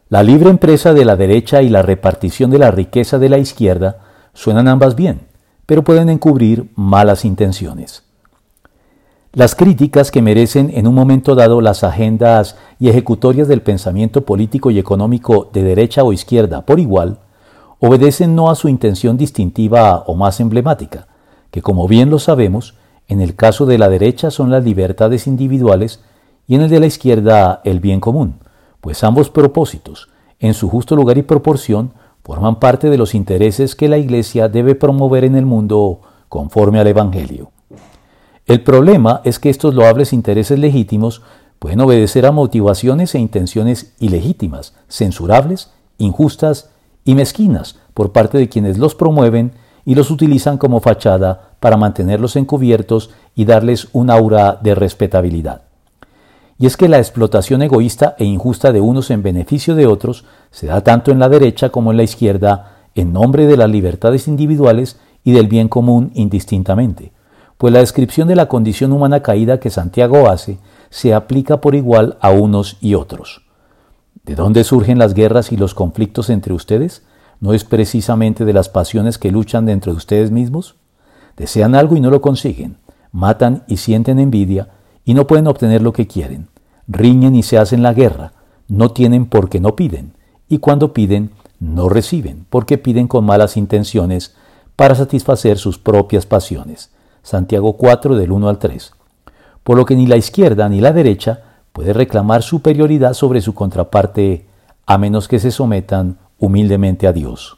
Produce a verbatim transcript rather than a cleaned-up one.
La libre empresa de la derecha y la repartición de la riqueza de la izquierda suenan ambas bien, pero pueden encubrir malas intenciones. Las críticas que merecen en un momento dado las agendas y ejecutorias del pensamiento político y económico de derecha o izquierda por igual, obedecen no a su intención distintiva o más emblemática, que como bien lo sabemos, en el caso de la derecha son las libertades individuales y en el de la izquierda el bien común, pues ambos propósitos, en su justo lugar y proporción, forman parte de los intereses que la Iglesia debe promover en el mundo conforme al Evangelio. El problema es que estos loables intereses legítimos pueden obedecer a motivaciones e intenciones ilegítimas, censurables, injustas y mezquinas por parte de quienes los promueven y los utilizan como fachada para mantenerlos encubiertos y darles un aura de respetabilidad. Y es que la explotación egoísta e injusta de unos en beneficio de otros se da tanto en la derecha como en la izquierda en nombre de las libertades individuales y del bien común indistintamente, pues la descripción de la condición humana caída que Santiago hace se aplica por igual a unos y otros. ¿De dónde surgen las guerras y los conflictos entre ustedes? ¿No es precisamente de las pasiones que luchan dentro de ustedes mismos? Desean algo y no lo consiguen, matan y sienten envidia y no pueden obtener lo que quieren, riñen y se hacen la guerra, no tienen porque no piden, y cuando piden, no reciben, porque piden con malas intenciones para satisfacer sus propias pasiones. Santiago cuatro, del uno al tres. Por lo que ni la izquierda ni la derecha puede reclamar superioridad sobre su contraparte, a menos que se sometan humildemente a Dios.